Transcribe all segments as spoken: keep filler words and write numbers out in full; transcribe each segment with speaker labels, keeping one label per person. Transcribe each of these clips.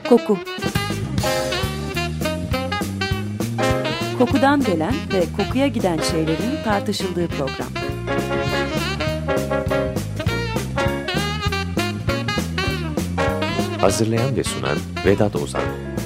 Speaker 1: Koku. Kokudan gelen ve kokuya giden şeylerin tartışıldığı program.
Speaker 2: Hazırlayan ve sunan Vedat Ozan.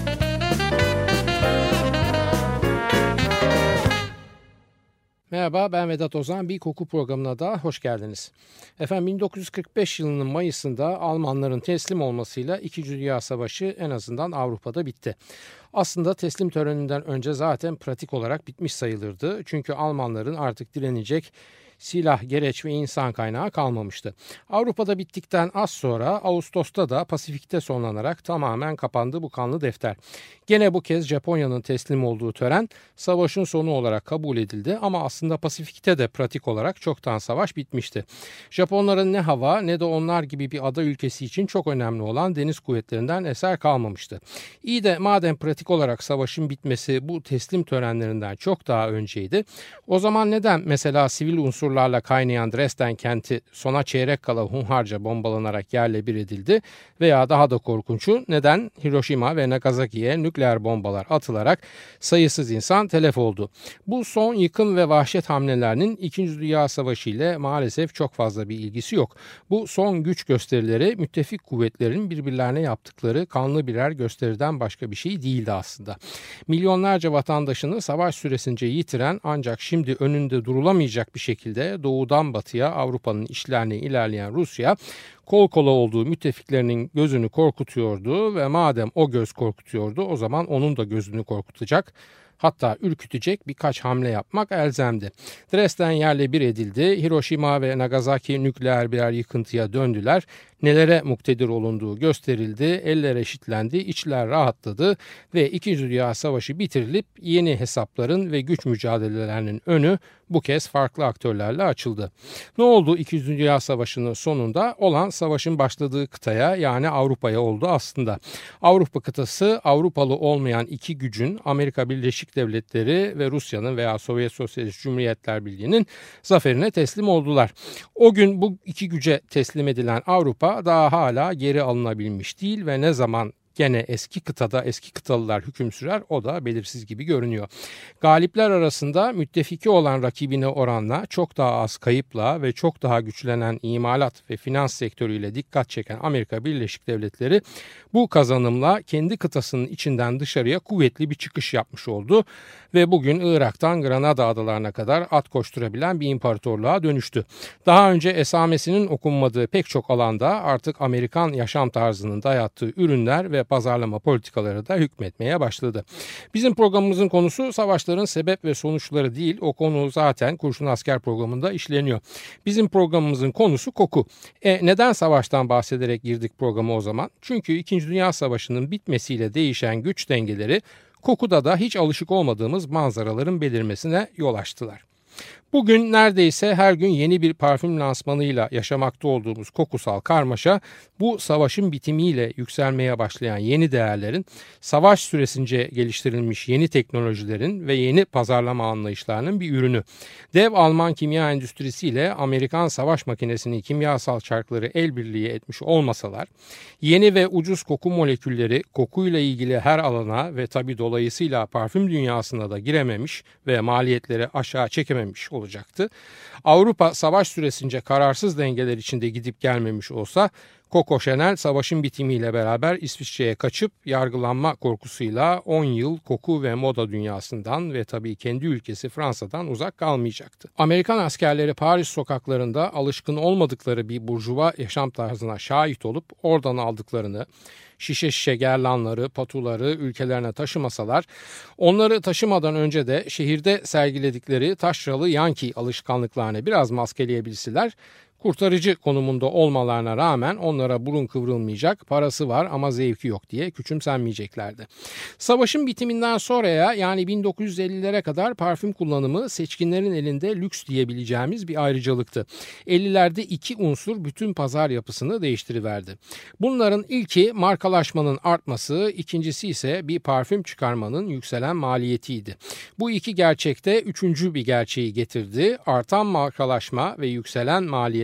Speaker 3: Merhaba, ben Vedat Ozan. Bir koku programına da hoş geldiniz. Efendim bin dokuz yüz kırk beş yılının Mayıs'ında Almanların teslim olmasıyla İkinci Dünya Savaşı en azından Avrupa'da bitti. Aslında teslim töreninden önce zaten pratik olarak bitmiş sayılırdı. Çünkü Almanların artık direnecek silah, gereç ve insan kaynağı kalmamıştı. Avrupa'da bittikten az sonra Ağustos'ta da Pasifik'te sonlanarak tamamen kapandı bu kanlı defter. Gene bu kez Japonya'nın teslim olduğu tören savaşın sonu olarak kabul edildi ama aslında Pasifik'te de pratik olarak çoktan savaş bitmişti. Japonların ne hava ne de onlar gibi bir ada ülkesi için çok önemli olan deniz kuvvetlerinden eser kalmamıştı. İyi de madem pratik olarak savaşın bitmesi bu teslim törenlerinden çok daha önceydi, o zaman neden mesela sivil unsur unsurlarla kaynayan Dresden kenti sona çeyrek kala hunharca bombalanarak yerle bir edildi veya daha da korkunçu neden Hiroşima ve Nagasaki'ye nükleer bombalar atılarak sayısız insan telef oldu. Bu son yıkım ve vahşet hamlelerinin İkinci Dünya Savaşı ile maalesef çok fazla bir ilgisi yok. Bu son güç gösterileri müttefik kuvvetlerin birbirlerine yaptıkları kanlı birer gösteriden başka bir şey değildi aslında. Milyonlarca vatandaşını savaş süresince yitiren ancak şimdi önünde durulamayacak bir şekilde doğudan batıya Avrupa'nın işlerine ilerleyen Rusya kol kola olduğu müttefiklerinin gözünü korkutuyordu ve madem o göz korkutuyordu o zaman onun da gözünü korkutacak, hatta ürkütecek birkaç hamle yapmak elzemdi. Dresden yerle bir edildi. Hiroşima ve Nagasaki nükleer birer yıkıntıya döndüler. Nelere muktedir olunduğu gösterildi, eller eşitlendi, içler rahatladı ve İkinci Dünya Savaşı bitirilip yeni hesapların ve güç mücadelelerinin önü bu kez farklı aktörlerle açıldı. Ne oldu İkinci Dünya Savaşı'nın sonunda? Olan savaşın başladığı kıtaya yani Avrupa'ya oldu aslında. Avrupa kıtası Avrupalı olmayan iki gücün Amerika Birleşik Devletleri ve Rusya'nın veya Sovyet Sosyalist Cumhuriyetler Birliği'nin zaferine teslim oldular. O gün bu iki güce teslim edilen Avrupa daha hala geri alınabilmiş değil ve ne zaman gene eski kıtada eski kıtalılar hüküm sürer o da belirsiz gibi görünüyor. Galipler arasında müttefiki olan rakibine oranla çok daha az kayıpla ve çok daha güçlenen imalat ve finans sektörüyle dikkat çeken Amerika Birleşik Devletleri bu kazanımla kendi kıtasının içinden dışarıya kuvvetli bir çıkış yapmış oldu ve bugün Irak'tan Granada adalarına kadar at koşturabilen bir imparatorluğa dönüştü. Daha önce esamesinin okunmadığı pek çok alanda artık Amerikan yaşam tarzının dayattığı ürünler ve pazarlama politikaları da hükmetmeye başladı. Bizim programımızın konusu savaşların sebep ve sonuçları değil. O konu zaten Kurşun Asker programında işleniyor. Bizim programımızın konusu koku. E neden savaştan bahsederek girdik programa o zaman? Çünkü İkinci Dünya Savaşı'nın bitmesiyle değişen güç dengeleri kokuda da hiç alışık olmadığımız manzaraların belirmesine yol açtılar. Bugün neredeyse her gün yeni bir parfüm lansmanıyla yaşamakta olduğumuz kokusal karmaşa bu savaşın bitimiyle yükselmeye başlayan yeni değerlerin, savaş süresince geliştirilmiş yeni teknolojilerin ve yeni pazarlama anlayışlarının bir ürünü. Dev Alman kimya endüstrisiyle Amerikan savaş makinesinin kimyasal çarkları el birliği etmiş olmasalar, yeni ve ucuz koku molekülleri kokuyla ilgili her alana ve tabii dolayısıyla parfüm dünyasına da girememiş ve maliyetleri aşağı çekememiş olacaktı. Avrupa savaş süresince kararsız dengeler içinde gidip gelmemiş olsa Coco Chanel savaşın bitimiyle beraber İsviçre'ye kaçıp yargılanma korkusuyla on yıl koku ve moda dünyasından ve tabii kendi ülkesi Fransa'dan uzak kalmayacaktı. Amerikan askerleri Paris sokaklarında alışkın olmadıkları bir burjuva yaşam tarzına şahit olup oradan aldıklarını, şişe şişe gerlanları, patuları ülkelerine taşımasalar, onları taşımadan önce de şehirde sergiledikleri taşralı Yankee alışkanlıklarını biraz maskeleyebilseler, kurtarıcı konumunda olmalarına rağmen onlara burun kıvrılmayacak, parası var ama zevki yok diye küçümsenmeyeceklerdi. Savaşın bitiminden sonraya yani bin dokuz yüz ellilere kadar parfüm kullanımı seçkinlerin elinde lüks diyebileceğimiz bir ayrıcalıktı. ellilerde iki unsur bütün pazar yapısını değiştiriverdi. Bunların ilki markalaşmanın artması, ikincisi ise bir parfüm çıkarmanın yükselen maliyetiydi. Bu iki gerçekte üçüncü bir gerçeği getirdi. Artan markalaşma ve yükselen maliyet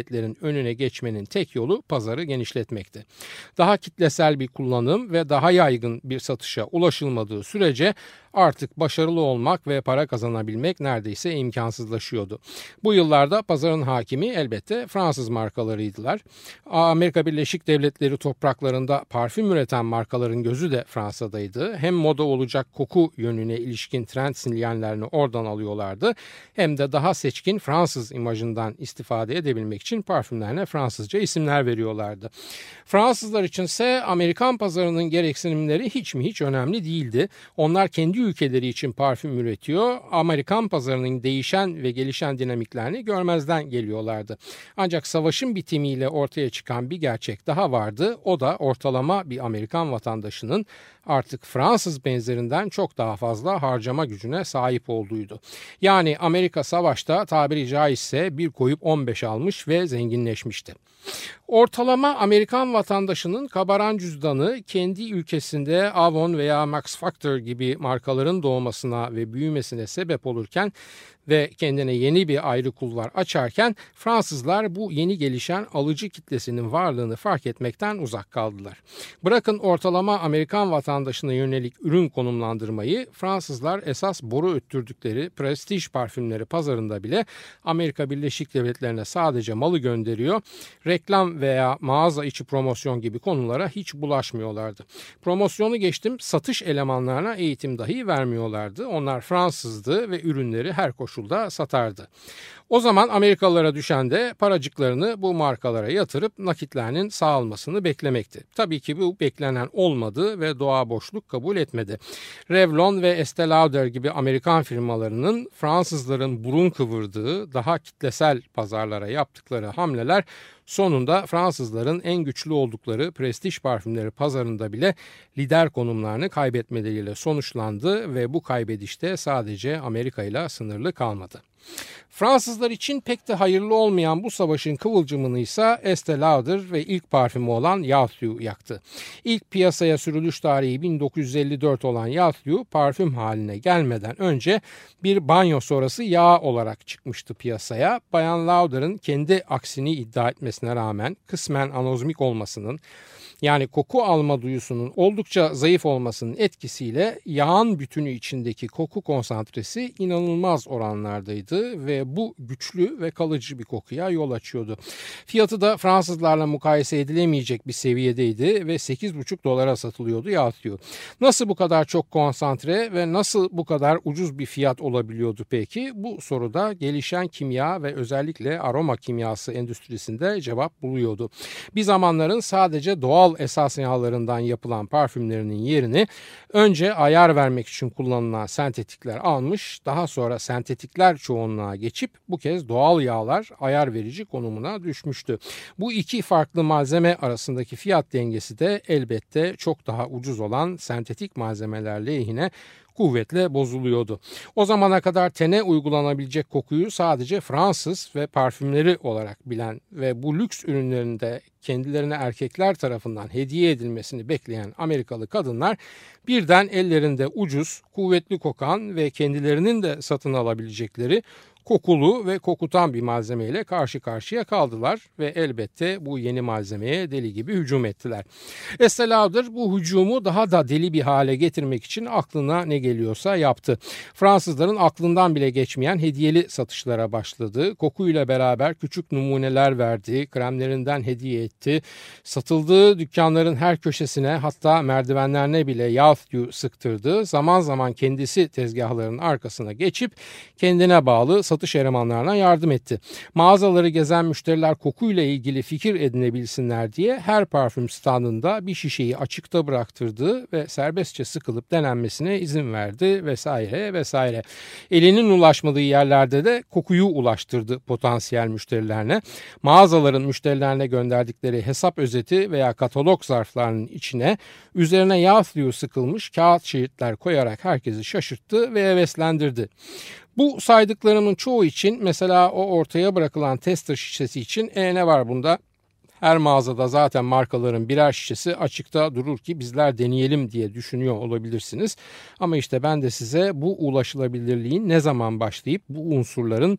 Speaker 3: devletlerin önüne geçmenin tek yolu pazarı genişletmekti. Daha kitlesel bir kullanım ve daha yaygın bir satışa ulaşılmadığı sürece artık başarılı olmak ve para kazanabilmek neredeyse imkansızlaşıyordu. Bu yıllarda pazarın hakimi elbette Fransız markalarıydılar. Amerika Birleşik Devletleri topraklarında parfüm üreten markaların gözü de Fransa'daydı. Hem moda olacak koku yönüne ilişkin trend sinyallerini oradan alıyorlardı, hem de daha seçkin Fransız imajından istifade edebilmek için parfümlerine Fransızca isimler veriyorlardı. Fransızlar içinse Amerikan pazarının gereksinimleri hiç mi hiç önemli değildi. Onlar kendi ülkeleri için parfüm üretiyor, Amerikan pazarının değişen ve gelişen dinamiklerini görmezden geliyorlardı. Ancak savaşın bitimiyle ortaya çıkan bir gerçek daha vardı. O da ortalama bir Amerikan vatandaşının artık Fransız benzerinden çok daha fazla harcama gücüne sahip olduğuydu. Yani Amerika savaşta tabiri caizse bir koyup on beş almış ve zenginleşmişti. Ortalama Amerikan vatandaşının kabaran cüzdanı kendi ülkesinde Avon veya Max Factor gibi markaların doğmasına ve büyümesine sebep olurken ve kendine yeni bir ayrı kulvar açarken Fransızlar bu yeni gelişen alıcı kitlesinin varlığını fark etmekten uzak kaldılar. Bırakın ortalama Amerikan vatandaşına yönelik ürün konumlandırmayı, Fransızlar esas boru öttürdükleri prestij parfümleri pazarında bile Amerika Birleşik Devletleri'ne sadece malı gönderiyor, reklam veya mağaza içi promosyon gibi konulara hiç bulaşmıyorlardı. Promosyonu geçtim, satış elemanlarına eğitim dahi vermiyorlardı. Onlar Fransızdı ve ürünleri her koşulda satardı. O zaman Amerikalılara düşen de paracıklarını bu markalara yatırıp nakitlerinin sağalmasını beklemekti. Tabii ki bu beklenen olmadı ve doğa boşluk kabul etmedi. Revlon ve Estée Lauder gibi Amerikan firmalarının Fransızların burun kıvırdığı daha kitlesel pazarlara yaptıkları hamleler sonunda Fransızların en güçlü oldukları prestij parfümleri pazarında bile lider konumlarını kaybetmeleriyle sonuçlandı ve bu kaybedişte sadece Amerika ile sınırlı kalmadı. Fransızlar için pek de hayırlı olmayan bu savaşın kıvılcımını ise Estée Lauder ve ilk parfümü olan Yathu yaktı. İlk piyasaya sürülüş tarihi bin dokuz yüz elli dört olan Yathu parfüm haline gelmeden önce bir banyo sonrası yağ olarak çıkmıştı piyasaya. Bayan Lauder'ın kendi aksini iddia etmesine rağmen kısmen anozmik olmasının, yani koku alma duyusunun oldukça zayıf olmasının etkisiyle yağın bütünü içindeki koku konsantresi inanılmaz oranlardaydı ve bu güçlü ve kalıcı bir kokuya yol açıyordu. Fiyatı da Fransızlarla mukayese edilemeyecek bir seviyedeydi ve sekiz buçuk dolara satılıyordu Yathu. Nasıl bu kadar çok konsantre ve nasıl bu kadar ucuz bir fiyat olabiliyordu peki? Bu soruda gelişen kimya ve özellikle aroma kimyası endüstrisinde cevap buluyordu. Bir zamanların sadece doğal esas yağlarından yapılan parfümlerinin yerini önce ayar vermek için kullanılan sentetikler almış, daha sonra sentetikler çoğunluğa geçip bu kez doğal yağlar ayar verici konumuna düşmüştü. Bu iki farklı malzeme arasındaki fiyat dengesi de elbette çok daha ucuz olan sentetik malzemeler lehine kuvvetle bozuluyordu. O zamana kadar tene uygulanabilecek kokuyu sadece Fransız ve parfümleri olarak bilen ve bu lüks ürünlerin de kendilerine erkekler tarafından hediye edilmesini bekleyen Amerikalı kadınlar birden ellerinde ucuz, kuvvetli kokan ve kendilerinin de satın alabilecekleri kokulu ve kokutan bir malzemeyle karşı karşıya kaldılar ve elbette bu yeni malzemeye deli gibi hücum ettiler. Estée Lauder bu hücumu daha da deli bir hale getirmek için aklına ne geliyorsa yaptı. Fransızların aklından bile geçmeyen hediyeli satışlara başladı. Kokuyla beraber küçük numuneler verdi, kremlerinden hediye etti. Satıldığı dükkanların her köşesine, hatta merdivenlerine bile Yathu sıktırdı. Zaman zaman kendisi tezgahların arkasına geçip kendine bağlı satış elemanlarına yardım etti. Mağazaları gezen müşteriler kokuyla ilgili fikir edinebilsinler diye her parfüm standında bir şişeyi açıkta bıraktırdı ve serbestçe sıkılıp denenmesine izin verdi vesaire vesaire. Elinin ulaşmadığı yerlerde de kokuyu ulaştırdı potansiyel müşterilerine. Mağazaların müşterilerine gönderdikleri hesap özeti veya katalog zarflarının içine üzerine Yathu sıkılmış kağıt şeritler koyarak herkesi şaşırttı ve heveslendirdi. Bu saydıklarımın çoğu için, mesela o ortaya bırakılan tester şişesi için e ne var bunda? Her mağazada zaten markaların birer şişesi açıkta durur ki bizler deneyelim diye düşünüyor olabilirsiniz. Ama işte ben de size bu ulaşılabilirliğin ne zaman başlayıp bu unsurların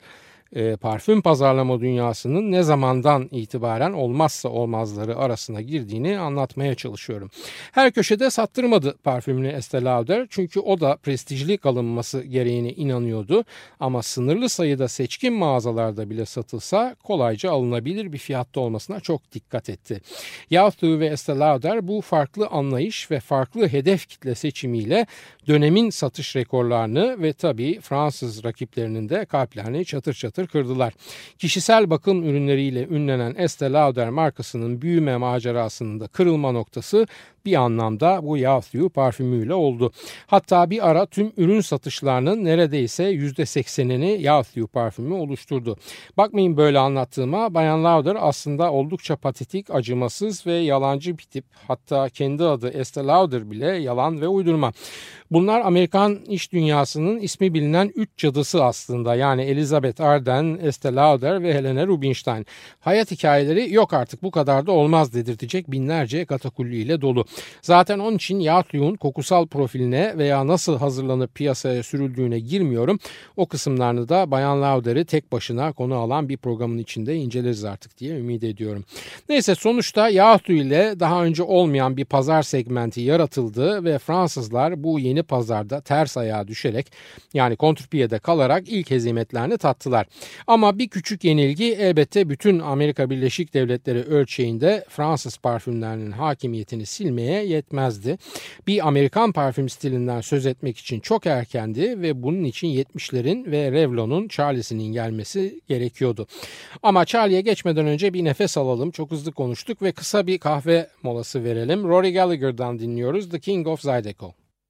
Speaker 3: e, parfüm pazarlama dünyasının ne zamandan itibaren olmazsa olmazları arasına girdiğini anlatmaya çalışıyorum. Her köşede sattırmadı parfümünü Estée Lauder çünkü o da prestijli kalınması gereğine inanıyordu ama sınırlı sayıda seçkin mağazalarda bile satılsa kolayca alınabilir bir fiyatta olmasına çok dikkat etti. Yao Tou ve Estée Lauder bu farklı anlayış ve farklı hedef kitle seçimiyle dönemin satış rekorlarını ve tabii Fransız rakiplerinin de kalplerini çatır çatır kırdılar. Kişisel bakım ürünleriyle ünlenen Estée Lauder markasının büyüme macerasının da kırılma noktası bir anlamda bu Yao Tou parfümüyle oldu. Hatta bir ara tüm ürün satışlarının neredeyse yüzde seksenini Yao Tou parfümü oluşturdu. Bakmayın böyle anlattığıma, Bayan Lauder aslında oldukça patetik, acımasız ve yalancı bir tip. Hatta kendi adı Estée Lauder bile yalan ve uydurma. Bunlar Amerikan iş dünyasının ismi bilinen üç cadısı aslında. Yani Elizabeth Arden, Estée Lauder ve Helena Rubinstein. Hayat hikayeleri yok artık bu kadar da olmaz dedirtecek binlerce katakulli ile dolu. Zaten onun için Yao Tou'nun kokusal profiline veya nasıl hazırlanıp piyasaya sürüldüğüne girmiyorum. O kısımlarını da Bayan Lauder'i tek başına konu alan bir programın içinde inceleriz artık diye ümit ediyorum. Neyse sonuçta Yao Tou ile daha önce olmayan bir pazar segmenti yaratıldı ve Fransızlar bu yeni pazarda ters ayağa düşerek yani kontrpiyede kalarak ilk hezimetlerini tattılar. Ama bir küçük yenilgi elbette bütün Amerika Birleşik Devletleri ölçeğinde Fransız parfümlerinin hakimiyetini silmeye yetmezdi. Bir Amerikan parfüm stilinden söz etmek için çok erkendi ve bunun için yetmişlerin ve Revlon'un Charlie'sinin gelmesi gerekiyordu. Ama Charlie'ye geçmeden önce bir nefes alalım. Çok hızlı konuştuk ve kısa bir kahve molası verelim. Rory Gallagher'dan dinliyoruz The King of Zydeco.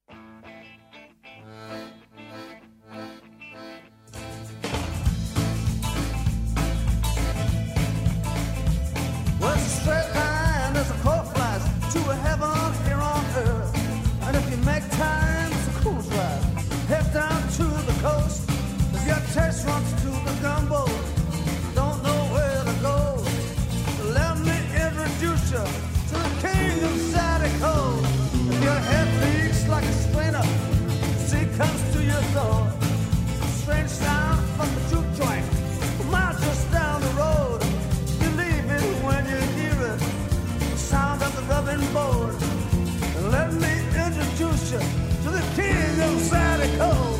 Speaker 4: Test runs to the gumbo, don't know where to go. Let me introduce you to the king of Zydeco. If your head leaks like a strainer, see comes to your door. Strange sound from the juke joint, a mile just down the road. Believe it when you hear it, the sound of the rubbing board. And let me introduce you to the king of Zydeco.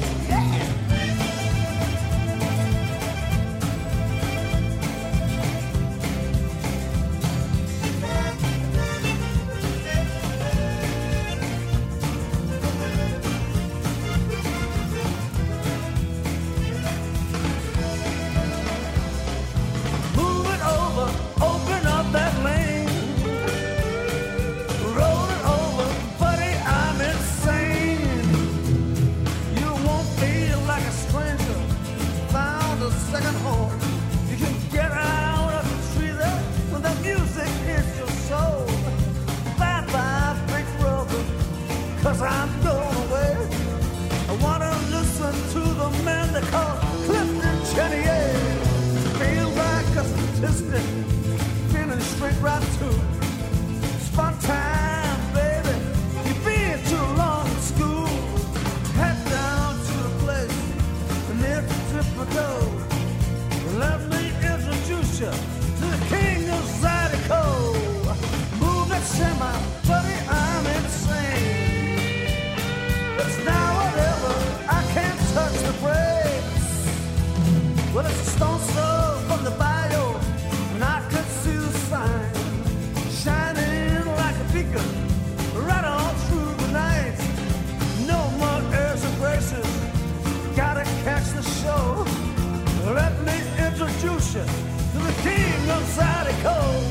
Speaker 4: Feeling straight right to it's fun time, baby. You've been too long in school. Head down to the place and there to dip my toe. Let me introduce you to the king of Zydeco. Move that semi, buddy, I'm insane. It's now whatever, I can't touch the brakes. Well, it's a stone throw from the bayou, and I could see the sign shining like a beacon right on through the night. No more airs and graces, gotta catch the show. Let me introduce you to the king of Zydeco.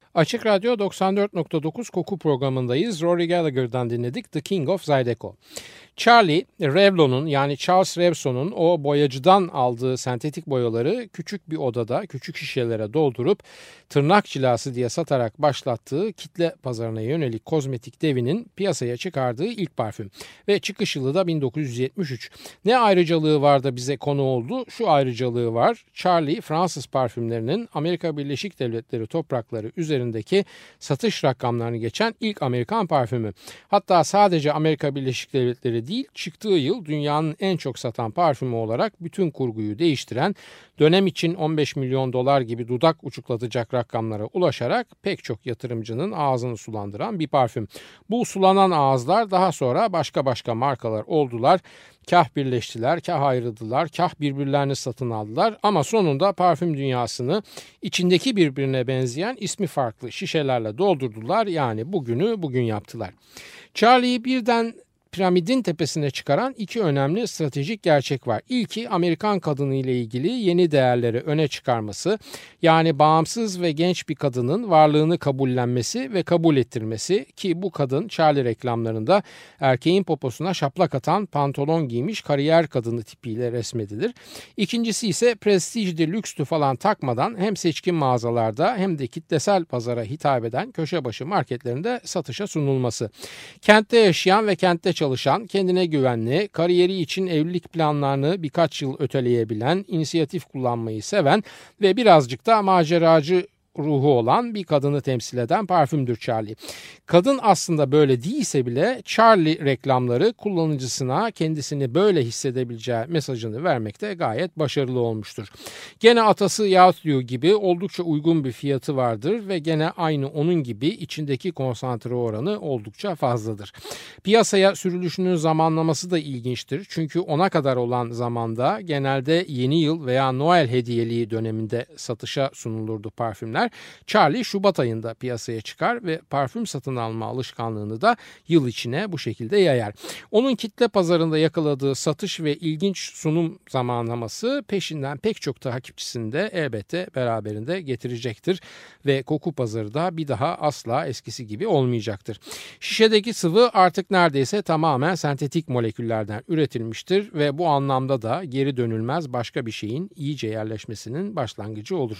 Speaker 3: Açık Radyo doksan dört nokta dokuz Koku programındayız. Rory Gallagher'dan dinledik The King of Zydeco. Charlie, Revlon'un yani Charles Revson'un o boyacıdan aldığı sentetik boyaları küçük bir odada küçük şişelere doldurup tırnak cilası diye satarak başlattığı kitle pazarına yönelik kozmetik devinin piyasaya çıkardığı ilk parfüm. Ve çıkış yılı da bin dokuz yüz yetmiş üç. Ne ayrıcalığı var da bize konu oldu? Şu ayrıcalığı var. Charlie, Fransız parfümlerinin Amerika Birleşik Devletleri toprakları üzerindeki satış rakamlarını geçen ilk Amerikan parfümü. Hatta sadece Amerika Birleşik Devletleri değil, çıktığı yıl dünyanın en çok satan parfümü olarak bütün kurguyu değiştiren, dönem için on beş milyon dolar gibi dudak uçuklatacak rakamlara ulaşarak pek çok yatırımcının ağzını sulandıran bir parfüm. Bu sulanan ağızlar daha sonra başka başka markalar oldular. Kah birleştiler, kah ayrıldılar, kah birbirlerini satın aldılar ama sonunda parfüm dünyasını içindeki birbirine benzeyen ismi farklı şişelerle doldurdular. Yani bugünü bugün yaptılar. Charlie'yi birden piramidin tepesine çıkaran iki önemli stratejik gerçek var. İlki Amerikan kadını ile ilgili yeni değerleri öne çıkarması, yani bağımsız ve genç bir kadının varlığını kabullenmesi ve kabul ettirmesi ki bu kadın Charlie reklamlarında erkeğin poposuna şaplak atan pantolon giymiş kariyer kadını tipiyle resmedilir. İkincisi ise prestijli lükstü falan takmadan hem seçkin mağazalarda hem de kitlesel pazara hitap eden köşe başı marketlerinde satışa sunulması. Kentte yaşayan ve kentte çalışan, kendine güvenli, kariyeri için evlilik planlarını birkaç yıl öteleyebilen, inisiyatif kullanmayı seven ve birazcık da maceracı ruhu olan bir kadını temsil eden parfümdür Charlie. Kadın aslında böyle değilse bile Charlie reklamları kullanıcısına kendisini böyle hissedebileceği mesajını vermekte gayet başarılı olmuştur. Gene atası Yahoo gibi oldukça uygun bir fiyatı vardır ve gene aynı onun gibi içindeki konsantre oranı oldukça fazladır. Piyasaya sürülüşünün zamanlaması da ilginçtir. Çünkü ona kadar olan zamanda genelde yeni yıl veya Noel hediyeliği döneminde satışa sunulurdu parfümler. Charlie Şubat ayında piyasaya çıkar ve parfüm satın alma alışkanlığını da yıl içine bu şekilde yayar. Onun kitle pazarında yakaladığı satış ve ilginç sunum zamanlaması peşinden pek çok takipçisini de elbette beraberinde getirecektir ve koku pazarı da bir daha asla eskisi gibi olmayacaktır. Şişedeki sıvı artık neredeyse tamamen sentetik moleküllerden üretilmiştir ve bu anlamda da geri dönülmez başka bir şeyin iyice yerleşmesinin başlangıcı olur.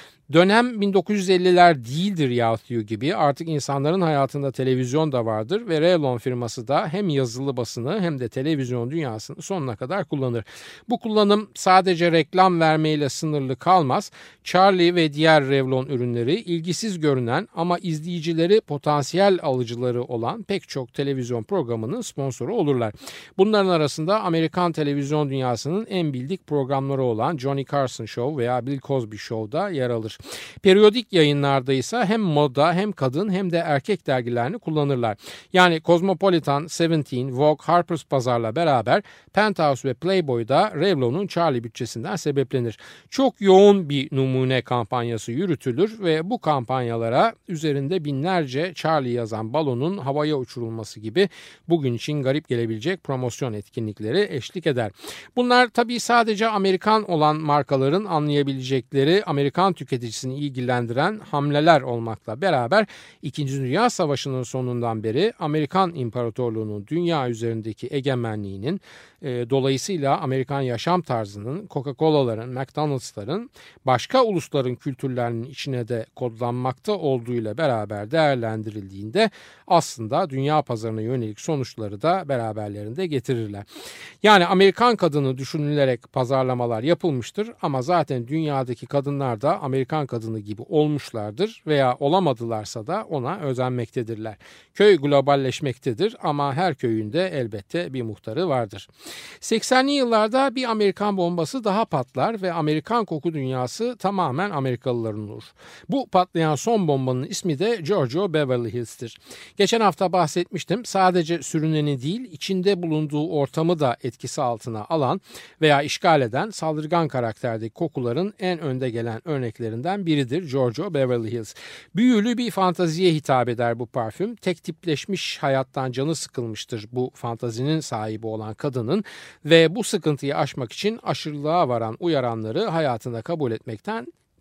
Speaker 3: Dönem bin dokuz yüz elliler değildir Yahoo gibi, artık insanların hayatında televizyon da vardır ve Revlon firması da hem yazılı basını hem de televizyon dünyasını sonuna kadar kullanır. Bu kullanım sadece reklam vermeyle sınırlı kalmaz. Charlie ve diğer Revlon ürünleri ilgisiz görünen ama izleyicileri potansiyel alıcıları olan pek çok televizyon programının sponsoru olurlar. Bunların arasında Amerikan televizyon dünyasının en bildik programları olan Johnny Carson Show veya Bill Cosby Show'da yer alır. Periyodik yayınlarda ise hem moda hem kadın hem de erkek dergilerini kullanırlar. Yani Cosmopolitan, Seventeen, Vogue, Harper's Bazaar'la beraber Penthouse ve Playboy'da Revlon'un Charlie bütçesinden sebeplenir. Çok yoğun bir numune kampanyası yürütülür ve bu kampanyalara üzerinde binlerce Charlie yazan balonun havaya uçurulması gibi bugün için garip gelebilecek promosyon etkinlikleri eşlik eder. Bunlar tabii sadece Amerikan olan markaların anlayabilecekleri Amerikan tüketicisini ilgilendiren hamleler olmakla beraber İkinci Dünya Savaşı'nın sonundan beri Amerikan İmparatorluğu'nun dünya üzerindeki egemenliğinin, e, dolayısıyla Amerikan yaşam tarzının, Coca-Cola'ların, McDonald's'ların başka ulusların kültürlerinin içine de kodlanmakta olduğuyla beraber değerlendirildiğinde aslında dünya pazarına yönelik sonuçları da beraberlerinde getirirler. Yani Amerikan kadını düşünülerek pazarlamalar yapılmıştır ama zaten dünyadaki kadınlar da Amerikan kadını gibi olmuşlardır veya olamadılarsa da ona özenmektedirler. Köy globalleşmektedir ama her köyünde elbette bir muhtarı vardır. seksenli yıllarda bir Amerikan bombası daha patlar ve Amerikan koku dünyası tamamen Amerikalıların olur. Bu patlayan son bombanın ismi de Giorgio Beverly Hills'tir. Geçen hafta bahsetmiştim. Sadece sürüneni değil, içinde bulunduğu ortamı da etkisi altına alan veya işgal eden saldırgan karakterdeki kokuların en önde gelen örneklerinden biridir Giorgio Beverly Hills. Büyülü bir fantaziye hitap eder bu parfüm. Tek tipleşmiş hayattan canı sıkılmıştır bu fantazinin sahibi olan kadının ve bu sıkıntıyı aşmak için aşırılığa varan uyaranları hayatında kabul etmekten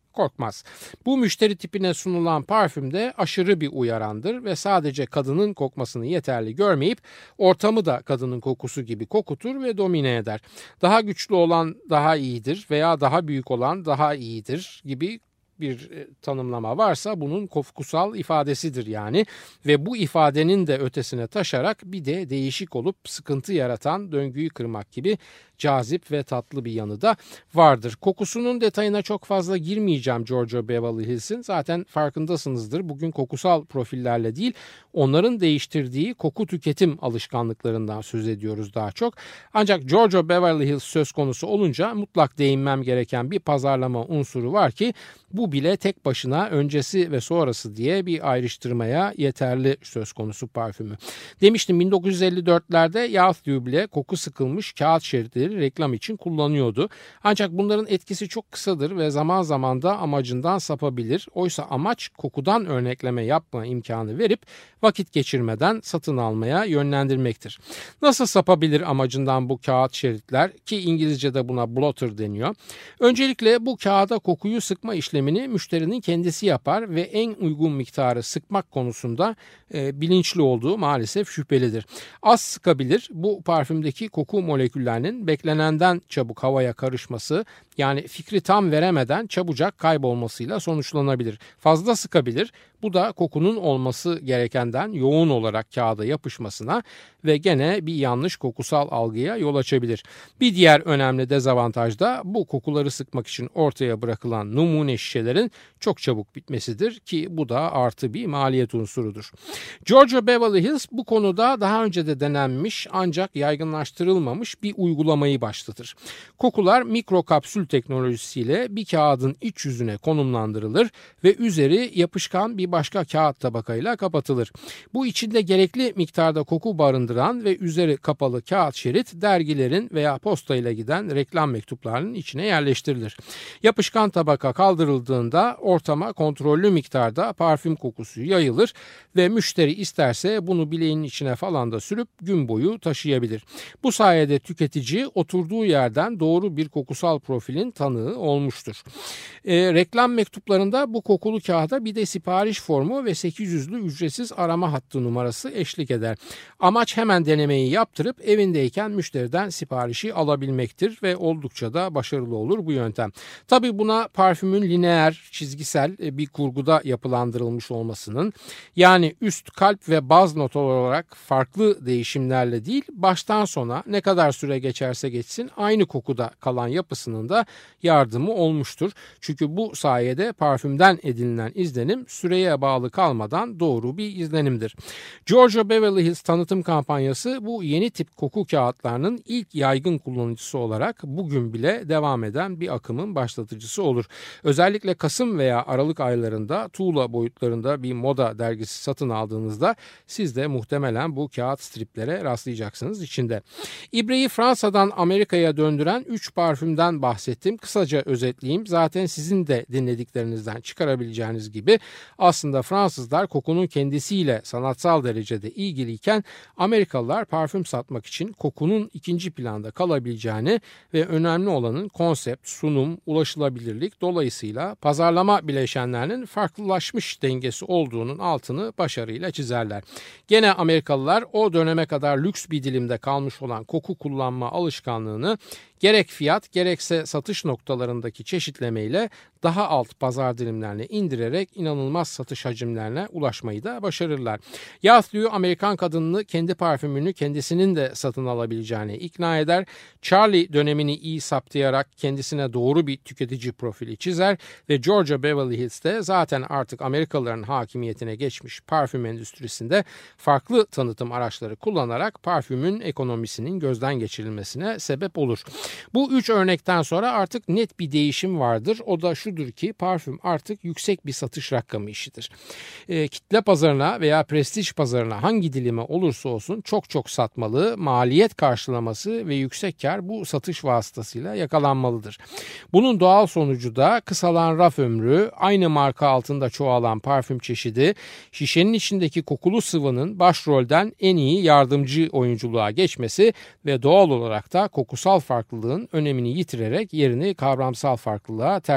Speaker 3: korkmaz. Bu müşteri tipine sunulan parfüm de aşırı bir uyarandır ve sadece kadının kokmasını yeterli görmeyip ortamı da kadının kokusu gibi kokutur ve domine eder. Daha güçlü olan daha iyidir veya daha büyük olan daha iyidir gibi bir tanımlama varsa bunun kokusal ifadesidir yani ve bu ifadenin de ötesine taşarak bir de değişik olup sıkıntı yaratan döngüyü kırmak gibi cazip ve tatlı bir yanı da vardır. Kokusunun detayına çok fazla girmeyeceğim Giorgio Beverly Hills'in. Zaten farkındasınızdır. Bugün kokusal profillerle değil, onların değiştirdiği koku tüketim alışkanlıklarından söz ediyoruz daha çok. Ancak Giorgio Beverly Hills söz konusu olunca mutlak değinmem gereken bir pazarlama unsuru var ki bu bile tek başına öncesi ve sonrası diye bir ayrıştırmaya yeterli söz konusu parfümü. Demiştim bin dokuz yüz elli dörtlerde Yahoo bile koku sıkılmış kağıt şeritleri reklam için kullanıyordu. Ancak bunların etkisi çok kısadır ve zaman zaman da amacından sapabilir. Oysa amaç kokudan örnekleme yapma imkanı verip vakit geçirmeden satın almaya yönlendirmektir. Nasıl sapabilir amacından bu kağıt şeritler ki İngilizce'de buna blotter deniyor? Öncelikle bu kağıda kokuyu sıkma işlemini müşterinin kendisi yapar ve en uygun miktarı sıkmak konusunda e, bilinçli olduğu maalesef şüphelidir. Az sıkabilir. Bu parfümdeki koku moleküllerinin beklenenden çabuk havaya karışması yani fikri tam veremeden çabucak kaybolmasıyla sonuçlanabilir. Fazla sıkabilir. Bu da kokunun olması gerekenden yoğun olarak kağıda yapışmasına ve gene bir yanlış kokusal algıya yol açabilir. Bir diğer önemli dezavantaj da bu kokuları sıkmak için ortaya bırakılan numune şişelerin çok çabuk bitmesidir ki bu da artı bir maliyet unsurudur. Giorgio Beverly Hills bu konuda daha önce de denenmiş ancak yaygınlaştırılmamış bir uygulamayı başlatır. Kokular mikrokapsül teknolojisiyle bir kağıdın iç yüzüne konumlandırılır ve üzeri yapışkan bir başka kağıt tabakayla kapatılır. Bu içinde gerekli miktarda koku barındıran ve üzeri kapalı kağıt şerit dergilerin veya postayla giden reklam mektuplarının içine yerleştirilir. Yapışkan tabaka kaldırıldığında ortama kontrollü miktarda parfüm kokusu yayılır ve müşteri isterse bunu bileğinin içine falan da sürüp gün boyu taşıyabilir. Bu sayede tüketici oturduğu yerden doğru bir kokusal profilin tanığı olmuştur. E, reklam mektuplarında bu kokulu kağıda bir de sipariş formu ve sekiz yüzlü ücretsiz arama hattı numarası eşlik eder. Amaç hemen denemeyi yaptırıp evindeyken müşteriden siparişi alabilmektir ve oldukça da başarılı olur bu yöntem. Tabii buna parfümün lineer, çizgisel bir kurguda yapılandırılmış olmasının yani üst, kalp ve baz not olarak farklı değişimlerle değil baştan sona ne kadar süre geçerse geçsin aynı kokuda kalan yapısının da yardımı olmuştur. Çünkü bu sayede parfümden edinilen izlenim süreye bağlı kalmadan doğru bir izlenimdir. Giorgio Beverly Hills tanıtım kampanyası bu yeni tip koku kağıtlarının ilk yaygın kullanıcısı olarak bugün bile devam eden bir akımın başlatıcısı olur. Özellikle Kasım veya Aralık aylarında tuğla boyutlarında bir moda dergisi satın aldığınızda siz de muhtemelen bu kağıt striplere rastlayacaksınız içinde. İbreyi Fransa'dan Amerika'ya döndüren üç parfümden bahsettim. Kısaca özetleyeyim. Zaten sizin de dinlediklerinizden çıkarabileceğiniz gibi aslında Fransızlar kokunun kendisiyle sanatsal derecede ilgiliyken Amerikalılar parfüm satmak için kokunun ikinci planda kalabileceğini ve önemli olanın konsept, sunum, ulaşılabilirlik dolayısıyla pazarlama bileşenlerinin farklılaşmış dengesi olduğunun altını başarıyla çizerler. Gene Amerikalılar o döneme kadar lüks bir dilimde kalmış olan koku kullanma alışkanlığını gerek fiyat gerekse satış noktalarındaki çeşitlemeyle daha alt pazar dilimlerine indirerek inanılmaz satış hacimlerine ulaşmayı da başarırlar. Yahoo Amerikan kadınını kendi parfümünü kendisinin de satın alabileceğine ikna eder. Charlie dönemini iyi saptayarak kendisine doğru bir tüketici profili çizer ve Giorgio Beverly Hills'te zaten artık Amerikalıların hakimiyetine geçmiş parfüm endüstrisinde farklı tanıtım araçları kullanarak parfümün ekonomisinin gözden geçirilmesine sebep olur. Bu üç örnekten sonra artık net bir değişim vardır. O da şudur ki parfüm artık yüksek bir satış rakamı işidir. E, kitle pazarına veya prestij pazarına hangi dilime olursa olsun çok çok satmalı, maliyet karşılaması ve yüksek kar bu satış vasıtasıyla yakalanmalıdır. Bunun doğal sonucu da kısalan raf ömrü, aynı marka altında çoğalan parfüm çeşidi, şişenin içindeki kokulu sıvının başrolden en iyi yardımcı oyunculuğa geçmesi ve doğal olarak da kokusal farklılığın önemini yitirerek yerini kavramsal farklılığa terk etmesidir.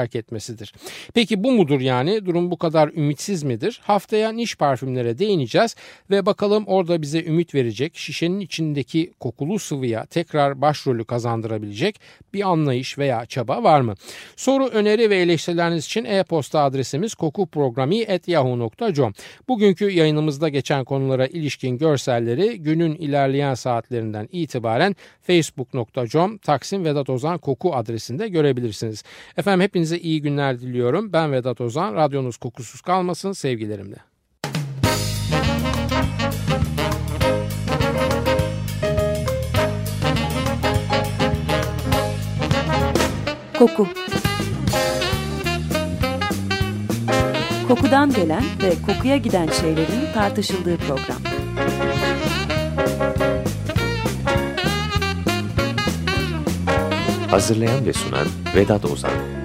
Speaker 3: etmesidir. Peki bu mudur yani? Durum bu kadar ümitsiz midir? Haftaya niş parfümlere değineceğiz ve bakalım orada bize ümit verecek, şişenin içindeki kokulu sıvıya tekrar başrolü kazandırabilecek bir anlayış veya çaba var mı? Soru, öneri ve eleştirileriniz için e-posta adresimiz kokuprogrami at yahoo nokta com. Bugünkü yayınımızda geçen konulara ilişkin görselleri günün ilerleyen saatlerinden itibaren facebook nokta com Taksim Vedat Ozan Koku adresinde görebilirsiniz. Efendim hepinize iyi günler diliyorum. Ben Vedat Ozan. Radyonuz kokusuz kalmasın sevgilerimle.
Speaker 1: Koku. Kokudan gelen ve kokuya giden şeylerin tartışıldığı program.
Speaker 2: Hazırlayan ve sunan Vedat Ozan.